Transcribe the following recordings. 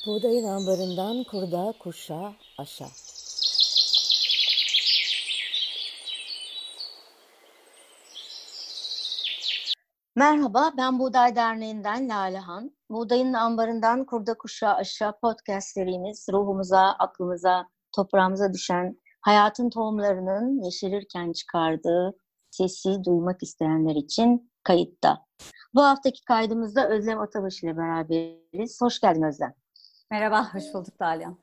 Buğdayın ambarından kurda kuşa aşa. Merhaba, ben Buğday Derneği'nden Lalehan. Buğdayın ambarından kurda kuşa aşa podcast serimiz ruhumuza, aklımıza, toprağımıza düşen hayatın tohumlarının yeşerirken çıkardığı sesi duymak isteyenler için kayıtta. Bu haftaki kaydımızda Özlem Atabaş ile beraberiz. Hoş geldin Özlem. Merhaba, hoş bulduk Dalyan.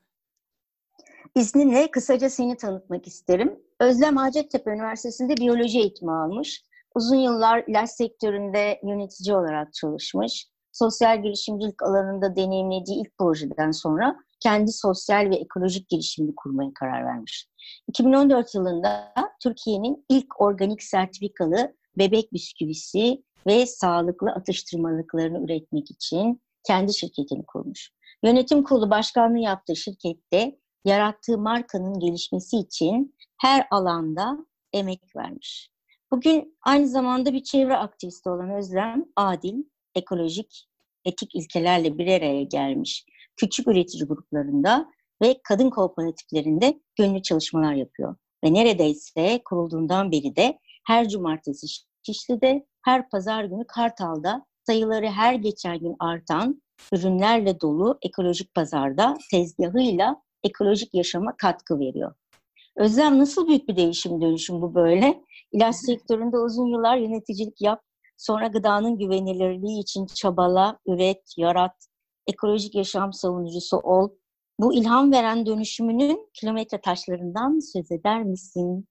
İzninle kısaca seni tanıtmak isterim. Özlem Hacettepe Üniversitesi'nde biyoloji eğitimi almış. Uzun yıllar ilaç sektöründe yönetici olarak çalışmış. Sosyal girişimcilik alanında deneyimlediği ilk projeden sonra kendi sosyal ve ekolojik girişimini kurmaya karar vermiş. 2014 yılında Türkiye'nin ilk organik sertifikalı bebek bisküvisi ve sağlıklı atıştırmalıklarını üretmek için kendi şirketini kurmuş. Yönetim kurulu başkanlığı yaptığı şirkette yarattığı markanın gelişmesi için her alanda emek vermiş. Bugün aynı zamanda bir çevre aktivisti olan Özlem, adil, ekolojik, etik ilkelerle bir araya gelmiş küçük üretici gruplarında ve kadın kooperatiflerinde gönüllü çalışmalar yapıyor. Ve neredeyse kurulduğundan beri de her cumartesi Şişli'de, her pazar günü Kartal'da sayıları her geçen gün artan ürünlerle dolu ekolojik pazarda tezgahıyla ekolojik yaşama katkı veriyor. Özlem, nasıl büyük bir değişim dönüşüm bu böyle? İlaç sektöründe uzun yıllar yöneticilik yap, sonra gıdanın güvenilirliği için çabala, üret, yarat, ekolojik yaşam savunucusu ol. Bu ilham veren dönüşümünün kilometre taşlarından söz eder misin?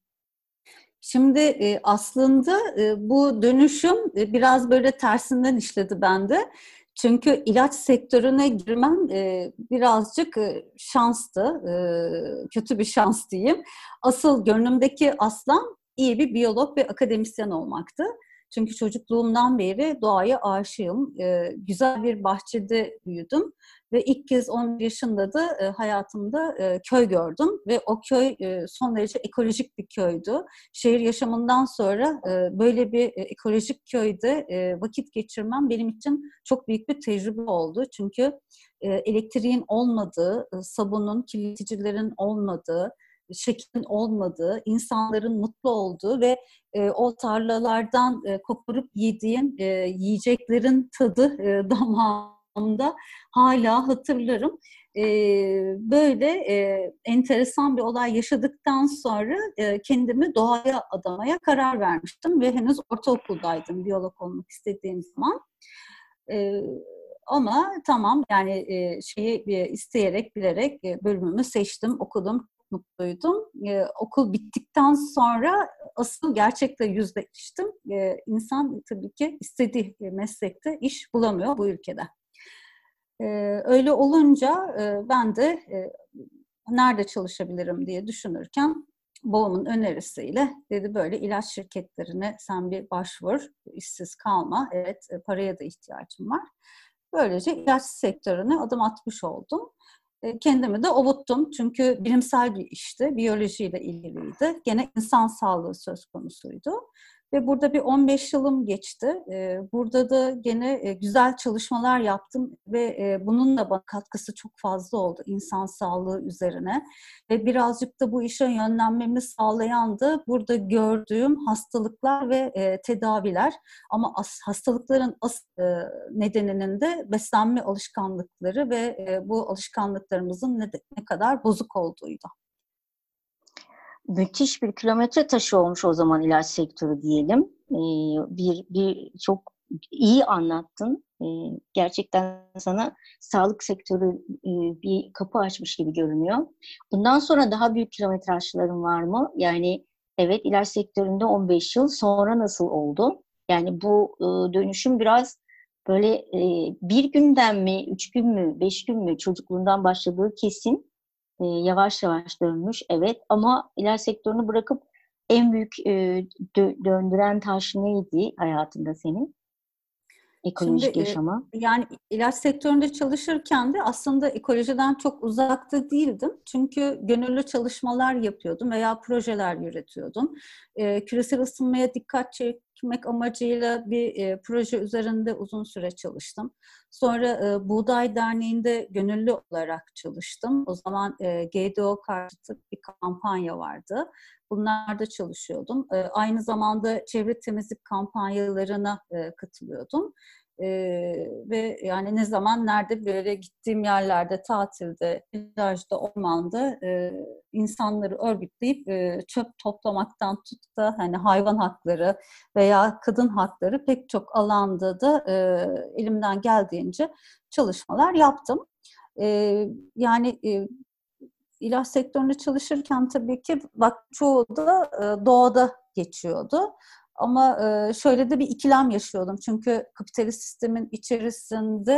Şimdi aslında bu dönüşüm biraz böyle tersinden işledi bende. Çünkü ilaç sektörüne girmem birazcık şanstı, kötü bir şans diyeyim. Asıl gönlümdeki aslan iyi bir biyolog ve akademisyen olmaktı. Çünkü çocukluğumdan beri doğaya aşığım. Güzel bir bahçede büyüdüm. Ve ilk kez 10 yaşında da hayatımda köy gördüm. Ve o köy son derece ekolojik bir köydü. Şehir yaşamından sonra böyle bir ekolojik köyde vakit geçirmem benim için çok büyük bir tecrübe oldu. Çünkü elektriğin olmadığı, sabunun, kirleticilerin olmadığı, şekerin olmadığı, insanların mutlu olduğu ve o tarlalardan koparıp yediğim yiyeceklerin tadı damağımda hala hatırlarım. Böyle enteresan bir olay yaşadıktan sonra kendimi doğaya adamaya karar vermiştim ve henüz ortaokuldaydım biyolog olmak istediğim zaman. Ama tamam yani isteyerek bilerek bölümümü seçtim, okudum, mutluydum. Okul bittikten sonra asıl gerçekle yüzleştim. İnsan tabii ki istediği meslekte iş bulamıyor bu ülkede. Öyle olunca ben de nerede çalışabilirim diye düşünürken babamın önerisiyle dedi böyle ilaç şirketlerine sen bir başvur, işsiz kalma. Evet, paraya da ihtiyacım var. Böylece ilaç sektörüne adım atmış oldum. Kendimi de avuttum çünkü bilimsel bir işti, biyolojiyle ilgiliydi. Gene insan sağlığı söz konusuydu. Ve burada bir 15 yılım geçti. Burada da gene güzel çalışmalar yaptım ve bunun da bana katkısı çok fazla oldu insan sağlığı üzerine. Ve birazcık da bu işe yönlenmemi sağlayan da burada gördüğüm hastalıklar ve tedaviler. Ama hastalıkların nedeninin de beslenme alışkanlıkları ve bu alışkanlıklarımızın ne kadar bozuk olduğuydu. Müthiş bir kilometre taşı olmuş o zaman ilaç sektörü diyelim. Bir çok iyi anlattın. Gerçekten sana sağlık sektörü bir kapı açmış gibi görünüyor. Bundan sonra daha büyük kilometre aşıların var mı? Yani evet, ilaç sektöründe 15 yıl sonra nasıl oldu? Yani bu dönüşüm biraz böyle bir günden mi, 3 gün mü, 5 gün mü çocukluğundan başladığı kesin. Yavaş yavaş dönmüş, evet, ama ilaç sektörünü bırakıp en büyük döndüren taş neydi hayatında senin? Ekolojik Şimdi yaşama. yani ilaç sektöründe çalışırken de aslında ekolojiden çok uzakta değildim. Çünkü gönüllü çalışmalar yapıyordum veya projeler yürütüyordum. Küresel ısınmaya dikkat geliştirmek amacıyla bir proje üzerinde uzun süre çalıştım. Sonra Buğday Derneği'nde gönüllü olarak çalıştım. O zaman GDO karşıtı bir kampanya vardı. Bunlarda çalışıyordum. Aynı zamanda çevre temizlik kampanyalarına katılıyordum. Ve yani ne zaman nerede böyle gittiğim yerlerde, tatilde, plajda, ormanda insanları örgütleyip çöp toplamaktan tut da hani hayvan hakları veya kadın hakları pek çok alanda da elimden geldiğince çalışmalar yaptım. Yani ilaç sektöründe çalışırken tabii ki bak çoğu da doğada geçiyordu. Ama şöyle de bir ikilem yaşıyordum. Çünkü kapitalist sistemin içerisinde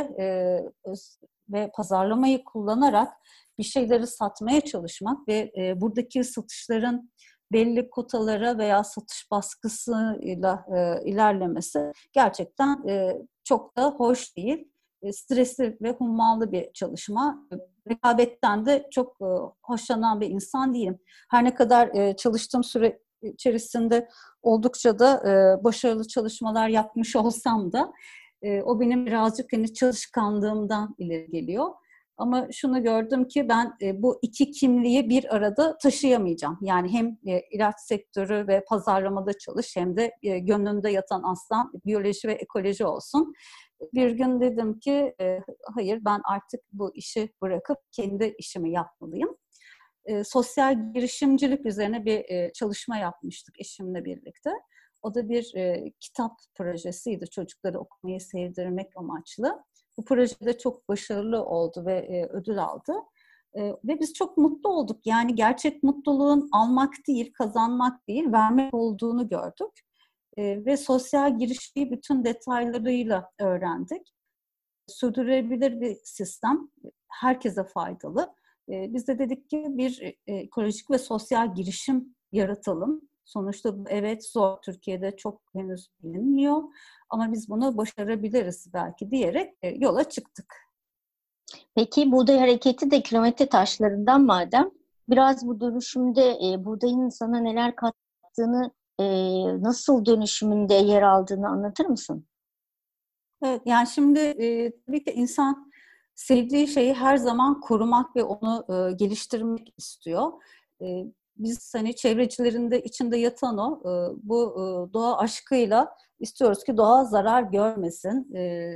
ve pazarlamayı kullanarak bir şeyleri satmaya çalışmak ve buradaki satışların belli kotalara veya satış baskısıyla ilerlemesi gerçekten çok da hoş değil. Stresli ve hummalı bir çalışma. Rekabetten de çok hoşlanan bir insan değilim. Her ne kadar çalıştığım süre içerisinde oldukça da başarılı çalışmalar yapmış olsam da o benim birazcık hani çalışkanlığımdan ileri geliyor. Ama şunu gördüm ki ben bu iki kimliği bir arada taşıyamayacağım. Yani hem ilaç sektörü ve pazarlamada çalış hem de gönlünde yatan aslan biyoloji ve ekoloji olsun. Bir gün dedim ki hayır ben artık bu işi bırakıp kendi işimi yapmalıyım. Sosyal girişimcilik üzerine bir çalışma yapmıştık eşimle birlikte. O da bir kitap projesiydi, çocukları okumayı sevdirmek amaçlı. Bu projede çok başarılı oldu ve ödül aldı. Ve biz çok mutlu olduk. Yani gerçek mutluluğun almak değil, kazanmak değil, vermek olduğunu gördük. Ve sosyal girişimciyi bütün detaylarıyla öğrendik. Sürdürülebilir bir sistem, herkese faydalı. Biz de dedik ki bir ekolojik ve sosyal girişim yaratalım. Sonuçta evet zor, Türkiye'de çok henüz bilinmiyor ama biz bunu başarabiliriz belki diyerek yola çıktık. Peki buğday hareketi de kilometre taşlarından madem biraz bu dönüşümde buğdayın sana neler kattığını, nasıl dönüşümünde yer aldığını anlatır mısın? Evet, yani şimdi tabii ki insan sevdiği şeyi her zaman korumak ve onu geliştirmek istiyor. E, Biz hani çevrecilerin de içinde yatan o, bu doğa aşkıyla istiyoruz ki doğa zarar görmesin.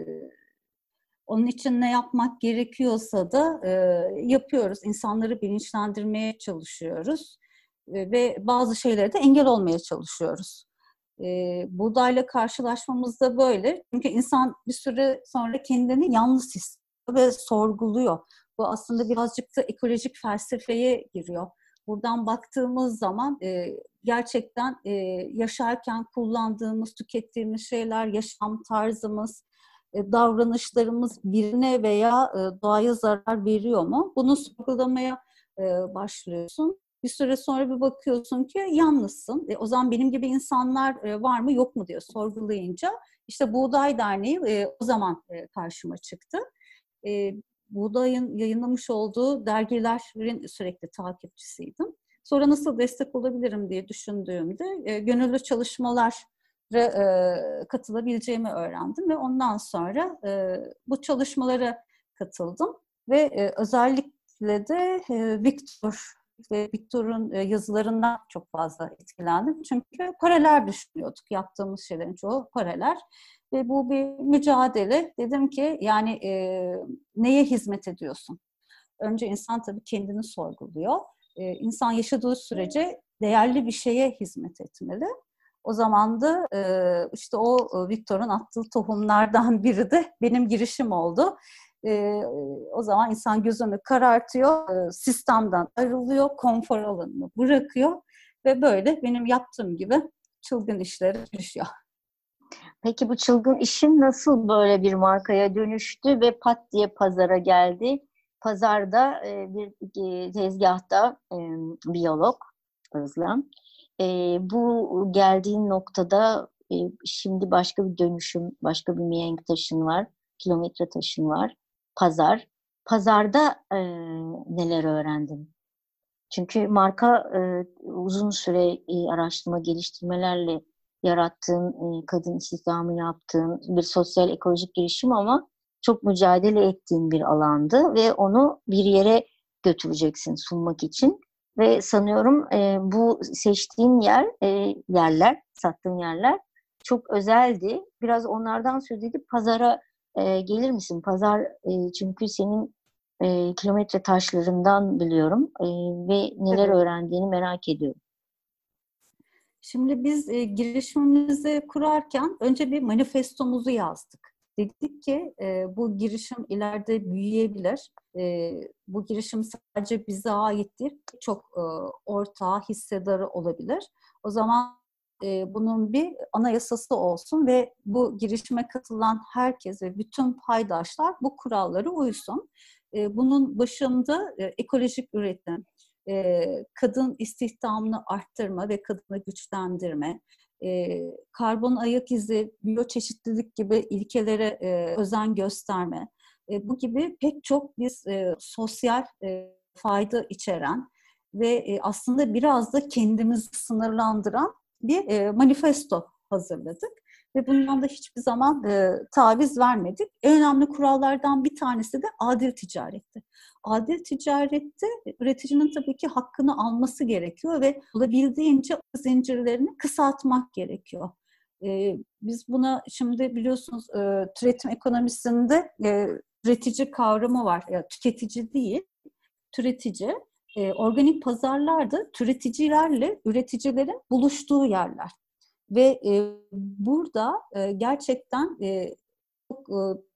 Onun için ne yapmak gerekiyorsa da yapıyoruz. İnsanları bilinçlendirmeye çalışıyoruz ve bazı şeylere de engel olmaya çalışıyoruz. Buğdayla karşılaşmamız da böyle. Çünkü insan bir süre sonra kendini yalnız hissediyor ve sorguluyor. Bu aslında birazcık da ekolojik felsefeye giriyor. Buradan baktığımız zaman gerçekten yaşarken kullandığımız, tükettiğimiz şeyler, yaşam tarzımız, davranışlarımız birine veya doğaya zarar veriyor mu? Bunu sorgulamaya başlıyorsun. Bir süre sonra bir bakıyorsun ki yalnızsın. O zaman benim gibi insanlar var mı yok mu diye sorgulayınca işte Buğday Derneği o zaman karşıma çıktı. Buğday'ın yayınlamış olduğu dergilerin sürekli takipçisiydim. Sonra nasıl destek olabilirim diye düşündüğümde gönüllü çalışmalar katılabileceğimi öğrendim ve ondan sonra bu çalışmalara katıldım ve özellikle de Victor'un yazılarından çok fazla etkilendim. Çünkü paralel düşünüyorduk. Yaptığımız şeylerin çoğu paralel. Ve bu bir mücadele. Dedim ki yani neye hizmet ediyorsun? Önce insan tabii kendini sorguluyor. İnsan yaşadığı sürece değerli bir şeye hizmet etmeli. O zaman da işte o Victor'un attığı tohumlardan biri de benim girişim oldu. O zaman insan gözünü karartıyor, sistemden ayrılıyor, konfor alanını bırakıyor ve böyle benim yaptığım gibi çılgın işlere girişiyor. Peki bu çılgın işin nasıl böyle bir markaya dönüştü ve pat diye pazara geldi? Pazarda bir tezgahta biyolog Özlem. Bu geldiğin noktada şimdi başka bir dönüşüm, başka bir mihenk taşın var, kilometre taşın var, pazar. Pazarda neler öğrendin? Çünkü marka uzun süre araştırma, geliştirmelerle yarattığın, kadın istihdamı yaptığın bir sosyal ekolojik girişim ama çok mücadele ettiğin bir alandı ve onu bir yere götüreceksin sunmak için. Ve sanıyorum bu seçtiğin yerler, sattığın yerler çok özeldi. Biraz onlardan söz edip pazara gelir misin? Pazar çünkü senin kilometre taşlarından biliyorum ve neler Evet. öğrendiğini merak ediyorum. Şimdi biz girişimimizi kurarken önce bir manifestomuzu yazdık. Dedik ki bu girişim ileride büyüyebilir. Bu girişim sadece bize ait değil, çok ortağı, hissedarı olabilir. O zaman bunun bir anayasası olsun ve bu girişime katılan herkes ve bütün paydaşlar bu kurallara uysun. Bunun başında ekolojik üretim, kadın istihdamını arttırma ve kadını güçlendirme, karbon ayak izi, biyoçeşitlilik gibi ilkelere özen gösterme, bu gibi pek çok biz sosyal fayda içeren ve aslında biraz da kendimizi sınırlandıran bir manifesto hazırladık. Ve bundan da hiçbir zaman taviz vermedik. En önemli kurallardan bir tanesi de adil ticaretti. Adil ticarette üreticinin tabii ki hakkını alması gerekiyor ve olabildiğince zincirlerini kısaltmak gerekiyor. Biz buna şimdi biliyorsunuz türetim ekonomisinde üretici kavramı var. Yani tüketici değil, türetici. Organik pazarlarda türeticilerle üreticilerin buluştuğu yerler. Ve burada gerçekten çok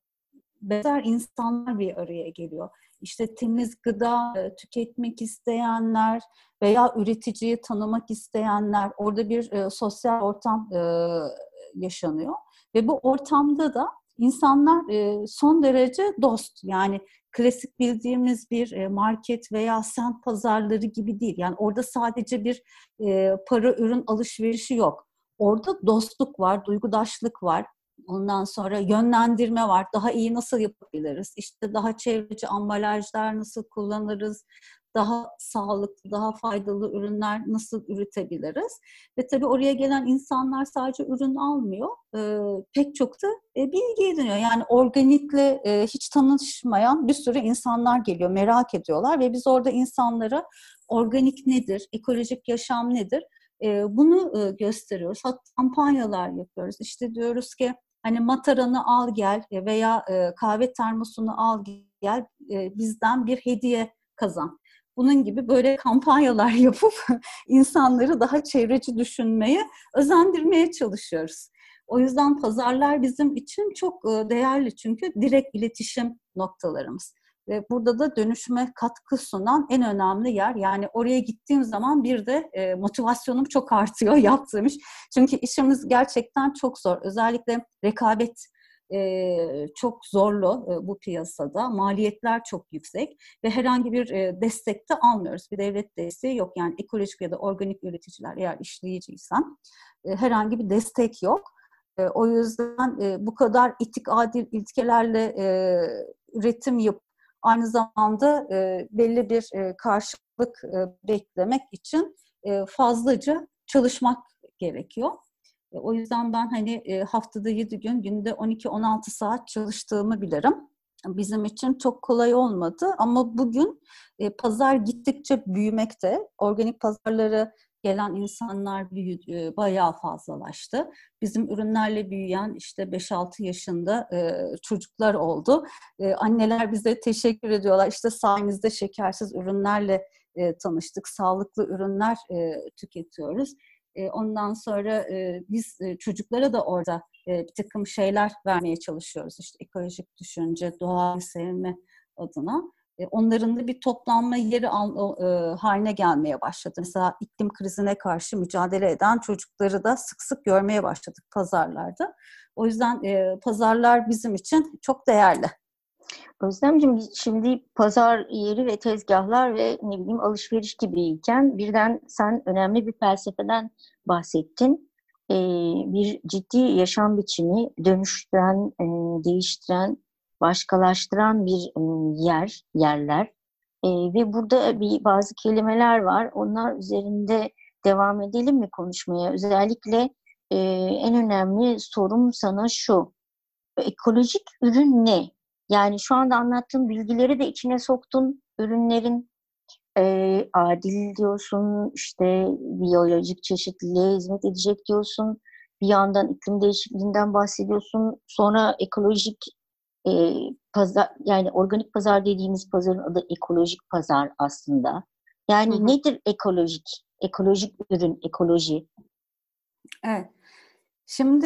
benzer insanlar bir araya geliyor. İşte temiz gıda tüketmek isteyenler veya üreticiyi tanımak isteyenler, orada bir sosyal ortam yaşanıyor. Ve bu ortamda da insanlar son derece dost. Yani klasik bildiğimiz bir market veya semt pazarları gibi değil. Yani orada sadece bir para ürün alışverişi yok. Orada dostluk var, duygudaşlık var. Ondan sonra yönlendirme var. Daha iyi nasıl yapabiliriz? İşte daha çevreci ambalajlar nasıl kullanırız? Daha sağlıklı, daha faydalı ürünler nasıl üretebiliriz? Ve tabii oraya gelen insanlar sadece ürün almıyor. Pek çok da bilgi ediniyor. Yani organikle hiç tanışmayan bir sürü insanlar geliyor, merak ediyorlar ve biz orada insanlara organik nedir, ekolojik yaşam nedir? Bunu gösteriyoruz. Hatta kampanyalar yapıyoruz. İşte diyoruz ki hani mataranı al gel veya kahve termosunu al gel, bizden bir hediye kazan. Bunun gibi böyle kampanyalar yapıp insanları daha çevreci düşünmeye özendirmeye çalışıyoruz. O yüzden pazarlar bizim için çok değerli çünkü direkt iletişim noktalarımız. Ve burada da dönüşüme katkı sunan en önemli yer. Yani oraya gittiğim zaman bir de motivasyonum çok artıyor yaptığım iş. Çünkü işimiz gerçekten çok zor. Özellikle rekabet çok zorlu bu piyasada. Maliyetler çok yüksek ve herhangi bir destek de almıyoruz. Bir devlet desteği yok. Yani ekolojik ya da organik üreticiler eğer işleyiciysem herhangi bir destek yok. O yüzden bu kadar etik adil ilkelerle üretim yapıp aynı zamanda belli bir karşılık beklemek için fazlaca çalışmak gerekiyor. O yüzden ben hani haftada 7 gün, günde 12-16 saat çalıştığımı bilirim. Bizim için çok kolay olmadı ama bugün pazar gittikçe büyümekte. Organik pazarlara gelen insanlar bayağı fazlalaştı. Bizim ürünlerle büyüyen işte 5-6 yaşında çocuklar oldu. Anneler bize teşekkür ediyorlar. İşte sayenizde şekersiz ürünlerle tanıştık. Sağlıklı ürünler tüketiyoruz. Ondan sonra biz çocuklara da orada bir takım şeyler vermeye çalışıyoruz. İşte ekolojik düşünce, doğayı sevme adına. Onların da bir toplanma yeri haline gelmeye başladı. Mesela iklim krizine karşı mücadele eden çocukları da sık sık görmeye başladık pazarlarda. O yüzden pazarlar bizim için çok değerli. Özlemciğim, şimdi pazar yeri ve tezgahlar ve ne bileyim alışveriş gibiyken birden sen önemli bir felsefeden bahsettin. Bir ciddi yaşam biçimi dönüştüren, değiştiren, başkalaştıran bir yerler. Ve burada bazı kelimeler var. Onlar üzerinde devam edelim mi konuşmaya? Özellikle en önemli sorum sana şu. Ekolojik ürün ne? Yani şu anda anlattığım bilgileri de içine soktun. Ürünlerin adil diyorsun, işte biyolojik çeşitliliğe hizmet edecek diyorsun. Bir yandan iklim değişikliğinden bahsediyorsun. Sonra ekolojik e, pazar, yani organik pazar dediğimiz pazarın adı ekolojik pazar aslında. Hı Yani hı. nedir ekolojik? Ekolojik ürün, ekoloji. Evet. Şimdi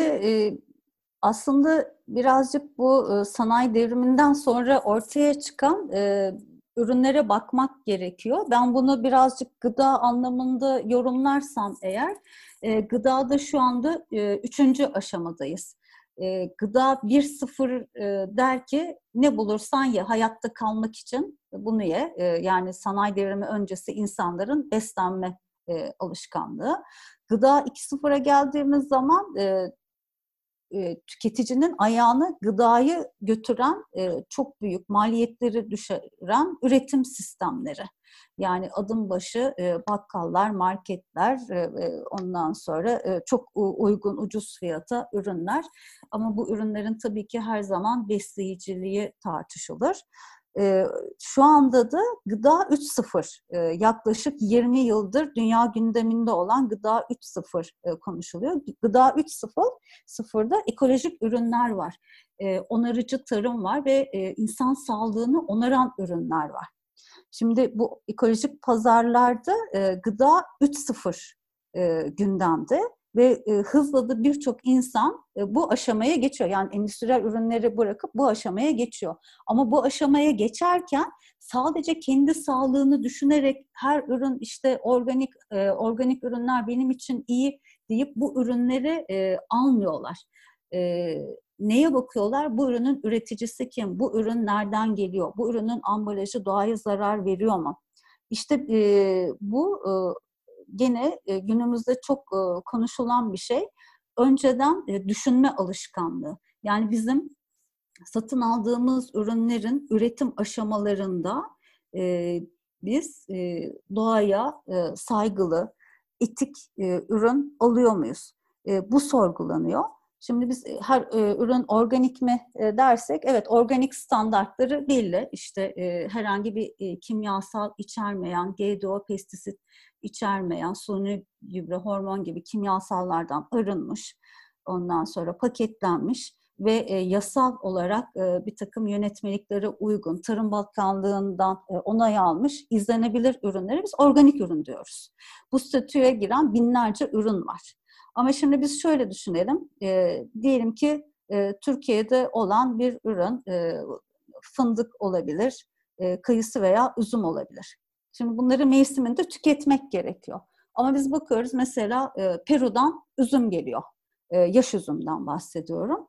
aslında birazcık bu sanayi devriminden sonra ortaya çıkan ürünlere bakmak gerekiyor. Ben bunu birazcık gıda anlamında yorumlarsam eğer, gıdada şu anda üçüncü aşamadayız. Gıda 1.0 der ki ne bulursan ye, hayatta kalmak için bunu ye. Yani sanayi devrimi öncesi insanların beslenme alışkanlığı. Gıda 2.0'a geldiğimiz zaman tüketicinin ayağını gıdayı götüren, çok büyük maliyetleri düşüren üretim sistemleri. Yani adım başı bakkallar, marketler, ondan sonra çok uygun, ucuz fiyata ürünler. Ama bu ürünlerin tabii ki her zaman besleyiciliği tartışılır. Şu anda da Gıda 3.0, yaklaşık 20 yıldır dünya gündeminde olan Gıda 3.0 konuşuluyor. Gıda 3.0'da ekolojik ürünler var, onarıcı tarım var ve insan sağlığını onaran ürünler var. Şimdi bu ekolojik pazarlarda Gıda 3.0 gündemde ve hızla da birçok insan bu aşamaya geçiyor. Yani endüstriyel ürünleri bırakıp bu aşamaya geçiyor. Ama bu aşamaya geçerken sadece kendi sağlığını düşünerek her ürün işte organik ürünler benim için iyi deyip bu ürünleri almıyorlar. Neye bakıyorlar? Bu ürünün üreticisi kim? Bu ürün nereden geliyor? Bu ürünün ambalajı doğaya zarar veriyor mu? İşte bu gene günümüzde çok konuşulan bir şey. Önceden düşünme alışkanlığı. Yani bizim satın aldığımız ürünlerin üretim aşamalarında biz doğaya saygılı, etik ürün alıyor muyuz? Bu sorgulanıyor. Şimdi biz her ürün organik mi dersek, evet organik standartları belli. İşte herhangi bir kimyasal içermeyen, GDO, pestisit içermeyen, suni gübre, hormon gibi kimyasallardan arınmış, ondan sonra paketlenmiş ve yasal olarak bir takım yönetmeliklere uygun, Tarım Bakanlığı'ndan onay almış, izlenebilir ürünleri biz organik ürün diyoruz. Bu statüye giren binlerce ürün var. Ama şimdi biz şöyle düşünelim, diyelim ki Türkiye'de olan bir ürün fındık olabilir, kayısı veya üzüm olabilir. Şimdi bunları mevsiminde tüketmek gerekiyor. Ama biz bakıyoruz mesela Peru'dan üzüm geliyor, yaş üzümden bahsediyorum.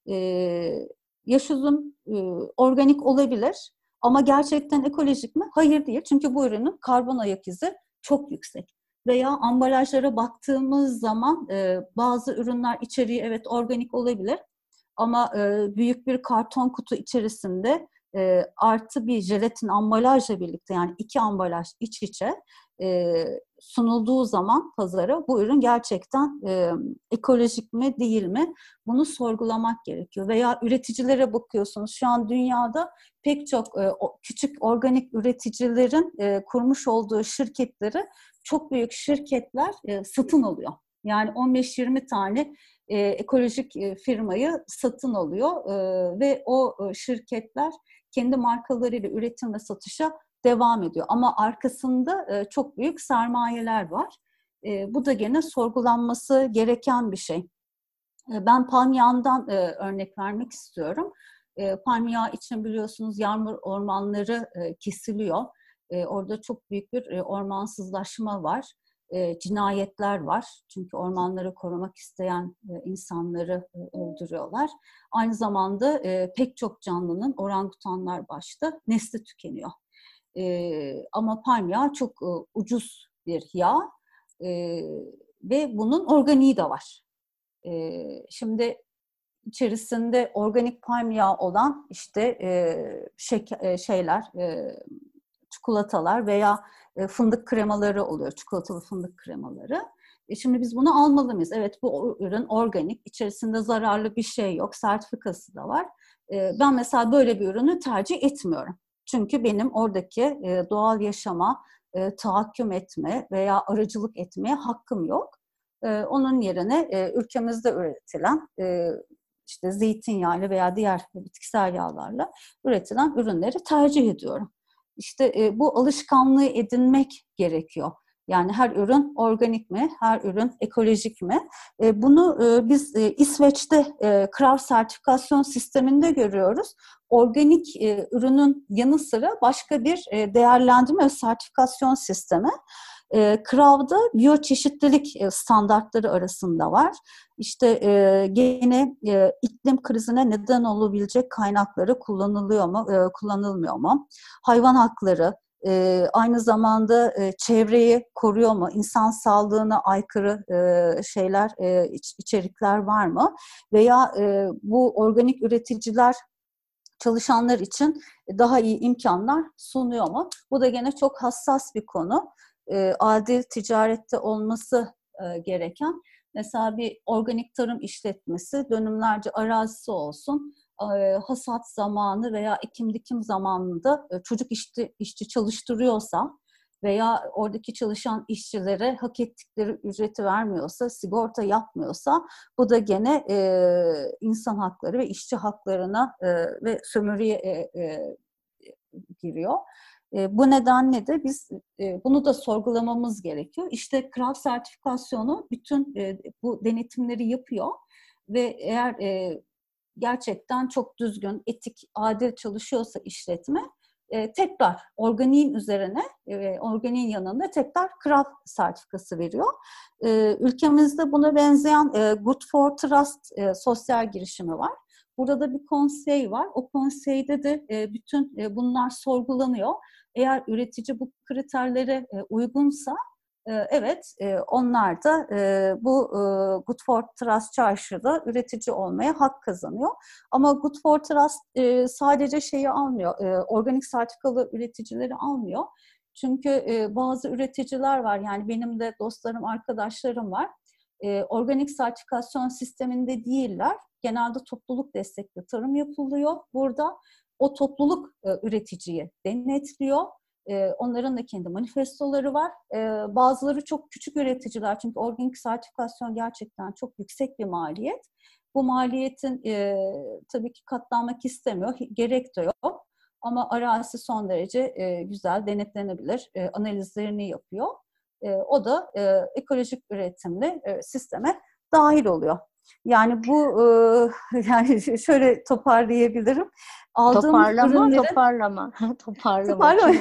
Yaş üzüm organik olabilir ama gerçekten ekolojik mi? Hayır değil. Çünkü bu ürünün karbon ayak izi çok yüksek. Veya ambalajlara baktığımız zaman bazı ürünler içeriği evet organik olabilir ama büyük bir karton kutu içerisinde artı bir jelatin ambalajla birlikte, yani 2 ambalaj iç içe sunulduğu zaman pazara bu ürün gerçekten ekolojik mi değil mi? Bunu sorgulamak gerekiyor. Veya üreticilere bakıyorsunuz. Şu an dünyada pek çok küçük organik üreticilerin kurmuş olduğu şirketleri çok büyük şirketler satın alıyor. Yani 15-20 tane ekolojik firmayı satın alıyor ve o şirketler kendi markalarıyla üretim ve satışa devam ediyor. Ama arkasında çok büyük sermayeler var. Bu da gene sorgulanması gereken bir şey. Ben palm yağından örnek vermek istiyorum. Palm yağı için biliyorsunuz yağmur ormanları kesiliyor. Orada çok büyük bir ormansızlaşma var. Cinayetler var. Çünkü ormanları korumak isteyen insanları öldürüyorlar. Aynı zamanda pek çok canlının, orangutanlar başta, nesli tükeniyor. Ama palm yağı çok ucuz bir yağ ve bunun organiği de var. Şimdi içerisinde organik palm yağı olan işte çikolatalar veya fındık kremaları oluyor, çikolatalı fındık kremaları. Şimdi biz bunu almalı mıyız? Evet, bu ürün organik, içerisinde zararlı bir şey yok, sertifikası da var. Ben mesela böyle bir ürünü tercih etmiyorum. Çünkü benim oradaki doğal yaşama tahakküm etme veya aracılık etmeye hakkım yok. Onun yerine ülkemizde üretilen işte zeytinyağıyla veya diğer bitkisel yağlarla üretilen ürünleri tercih ediyorum. İşte bu alışkanlığı edinmek gerekiyor. Yani her ürün organik mi, her ürün ekolojik mi? Bunu biz İsveç'te KRAV sertifikasyon sisteminde görüyoruz. Organik ürünün yanı sıra başka bir değerlendirme ve sertifikasyon sistemi. KRAV'da biyoçeşitlilik standartları arasında var. İşte gene iklim krizine neden olabilecek kaynakları kullanılıyor mu, kullanılmıyor mu? Hayvan hakları, aynı zamanda çevreyi koruyor mu? İnsan sağlığına aykırı şeyler, içerikler var mı? Veya bu organik üreticiler çalışanlar için daha iyi imkanlar sunuyor mu? Bu da gene çok hassas bir konu. Adil ticarette olması gereken, mesela bir organik tarım işletmesi dönümlerce arazisi olsun, hasat zamanı veya ekim dikim zamanında çocuk işçi çalıştırıyorsa veya oradaki çalışan işçilere hak ettikleri ücreti vermiyorsa, sigorta yapmıyorsa, bu da gene insan hakları ve işçi haklarına ve sömürüye giriyor. Bu nedenle de biz bunu da sorgulamamız gerekiyor. İşte KRAV sertifikasyonu bütün bu denetimleri yapıyor ve eğer gerçekten çok düzgün, etik, adil çalışıyorsa işletme, tekrar organiğin üzerine, organiğin yanında tekrar KRAV sertifikası veriyor. Ülkemizde buna benzeyen Good for Trust sosyal girişimi var. Burada da bir konsey var. O konseyde de bütün bunlar sorgulanıyor. Eğer üretici bu kriterlere uygunsa, evet, onlar da bu Good for Trust çarşıda üretici olmaya hak kazanıyor. Ama Good for Trust sadece şeyi almıyor, organik sertifikalı üreticileri almıyor. Çünkü bazı üreticiler var, yani benim de dostlarım, arkadaşlarım var. Organik sertifikasyon sisteminde değiller. Genelde topluluk destekli tarım yapılıyor burada. O topluluk üreticiyi denetliyor. Onların da kendi manifestoları var. Bazıları çok küçük üreticiler, çünkü organik sertifikasyon gerçekten çok yüksek bir maliyet. Bu maliyetin tabii ki katlanmak istemiyor, gerek de yok. Ama arazisi son derece güzel, denetlenebilir, analizlerini yapıyor. O da ekolojik üretimli sisteme dahil oluyor. Yani bu yani şöyle toparlayabilirim. Aldığımız ürünleri Toparlama. toparlama.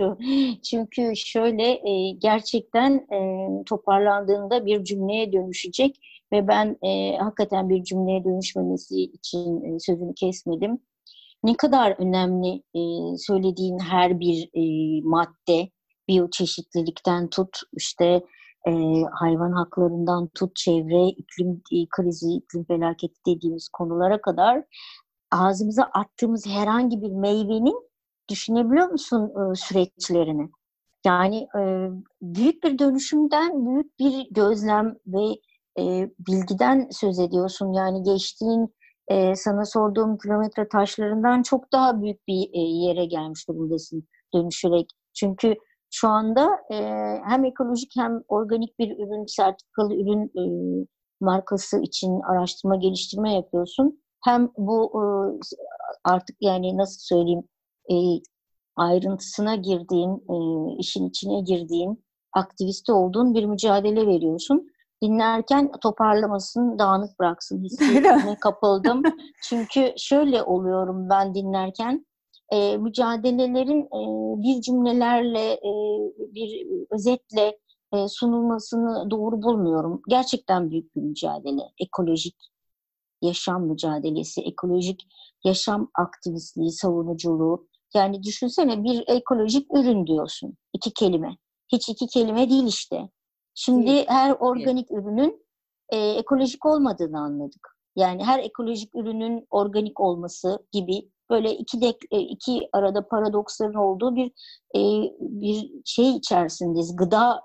Çünkü şöyle gerçekten toparlandığında bir cümleye dönüşecek ve ben hakikaten bir cümleye dönüşmemesi için sözünü kesmedim. Ne kadar önemli söylediğin her bir madde, biyoçeşitlilikten tut, işte hayvan haklarından tut, çevre, iklim krizi, iklim felaketi dediğimiz konulara kadar ağzımıza attığımız herhangi bir meyvenin, düşünebiliyor musun süreçlerini? Yani büyük bir dönüşümden, büyük bir gözlem ve bilgiden söz ediyorsun. Yani geçtiğin, sana sorduğum kilometre taşlarından çok daha büyük bir yere gelmiş durumdasın dönüşerek. Çünkü şu anda hem ekolojik hem organik bir ürün, sertifikalı ürün markası için araştırma geliştirme yapıyorsun. Hem bu artık, yani nasıl söyleyeyim, e, ayrıntısına girdiğin, işin içine girdiğin, aktivisti olduğun bir mücadele veriyorsun. Dinlerken toparlamasın, dağınık bıraksın hissine kapıldım. Çünkü şöyle oluyorum ben dinlerken, mücadelelerin bir cümlelerle, bir özetle sunulmasını doğru bulmuyorum. Gerçekten büyük bir mücadele. Ekolojik yaşam mücadelesi, ekolojik yaşam aktivistliği, savunuculuğu. Yani düşünsene, bir ekolojik ürün diyorsun. 2 kelime. Hiç 2 kelime değil işte. Şimdi Değil. her organik ürünün ekolojik olmadığını anladık. Yani her ekolojik ürünün organik olması gibi böyle iki arada paradoksların olduğu bir şey içerisindeyiz. Gıda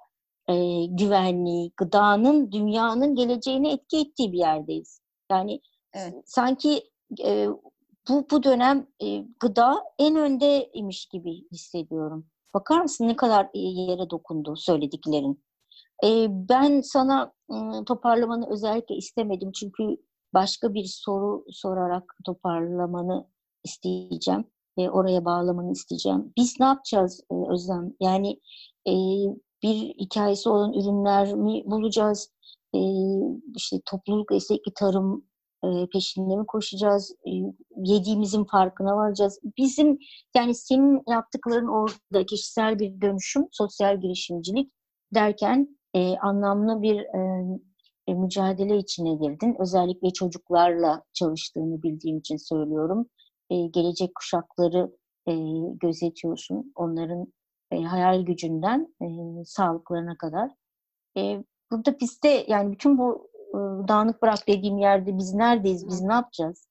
güvenliği, gıdanın dünyanın geleceğine etki ettiği bir yerdeyiz. Yani Evet. sanki e, bu dönem gıda en öndeymiş gibi hissediyorum. Bakar mısın ne kadar yere dokundu söylediklerin? Ben sana toparlamanı özellikle istemedim çünkü başka bir soru sorarak toparlamanı isteyeceğim. Oraya bağlamanı isteyeceğim. Biz ne yapacağız Özlem? Yani e, bir hikayesi olan ürünler mi bulacağız? E, işte topluluk destekli tarım peşinde mi koşacağız? Yediğimizin farkına varacağız. Bizim yani senin yaptıkların orada kişisel bir dönüşüm, sosyal girişimcilik derken anlamlı bir mücadele içine girdin. Özellikle çocuklarla çalıştığını bildiğim için söylüyorum. Gelecek kuşakları e, gözetiyorsun. Onların hayal gücünden sağlıklarına kadar. Burada bizde yani bütün bu dağınık bırak dediğim yerde biz neredeyiz, biz ne yapacağız?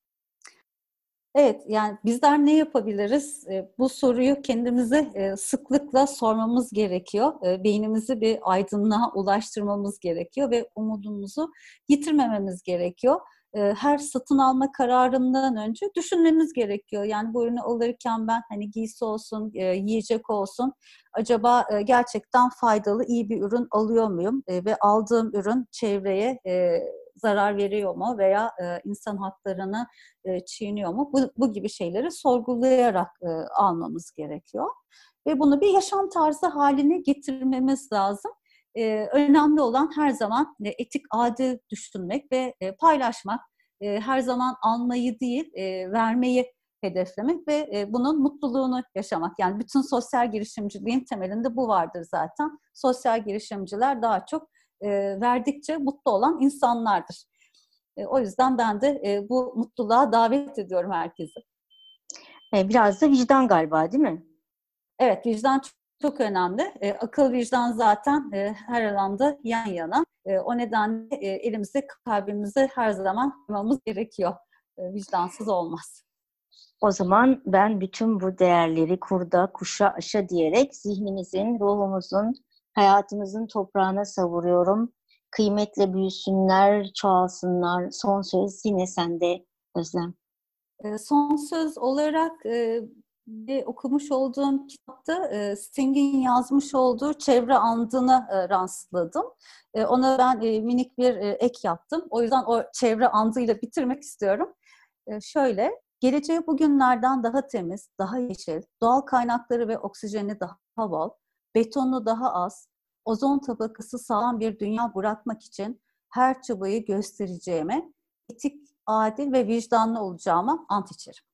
Evet, yani bizler ne yapabiliriz? Bu soruyu kendimize sıklıkla sormamız gerekiyor. Beynimizi bir aydınlığa ulaştırmamız gerekiyor ve umudumuzu yitirmememiz gerekiyor. Her satın alma kararından önce düşünmemiz gerekiyor. Yani bu ürünü alırken ben hani giysi olsun, yiyecek olsun, acaba gerçekten faydalı, iyi bir ürün alıyor muyum? Ve aldığım ürün çevreye zarar veriyor mu veya insan haklarını çiğniyor mu? Bu gibi şeyleri sorgulayarak almamız gerekiyor. Ve bunu bir yaşam tarzı haline getirmemiz lazım. Önemli olan her zaman etik, adil düşünmek ve paylaşmak. Her zaman almayı değil, vermeyi hedeflemek ve bunun mutluluğunu yaşamak. Yani bütün sosyal girişimciliğin temelinde bu vardır zaten. Sosyal girişimciler daha çok verdikçe mutlu olan insanlardır. O yüzden ben de bu mutluluğa davet ediyorum herkesi. Biraz da vicdan galiba, değil mi? Evet, vicdan çok önemli. Akıl vicdan zaten her alanda yan yana. O nedenle elimize, kalbimize her zaman koymamız gerekiyor. Vicdansız olmaz. O zaman ben bütün bu değerleri kurda, kuşa, aşa diyerek zihnimizin, ruhumuzun, hayatımızın toprağına savuruyorum. Kıymetle büyüsünler, çoğalsınlar. Son söz yine sende Özlem. Son söz olarak bir okumuş olduğum kitapta Sting'in yazmış olduğu çevre andını rastladım. Ona ben minik bir ek yaptım. O yüzden o çevre andıyla bitirmek istiyorum. Şöyle, geleceğe bugünlerden daha temiz, daha yeşil, doğal kaynakları ve oksijeni daha bol, betonu daha az, ozon tabakası sağlam bir dünya bırakmak için her çabayı göstereceğime, etik, adil ve vicdanlı olacağıma ant içerim.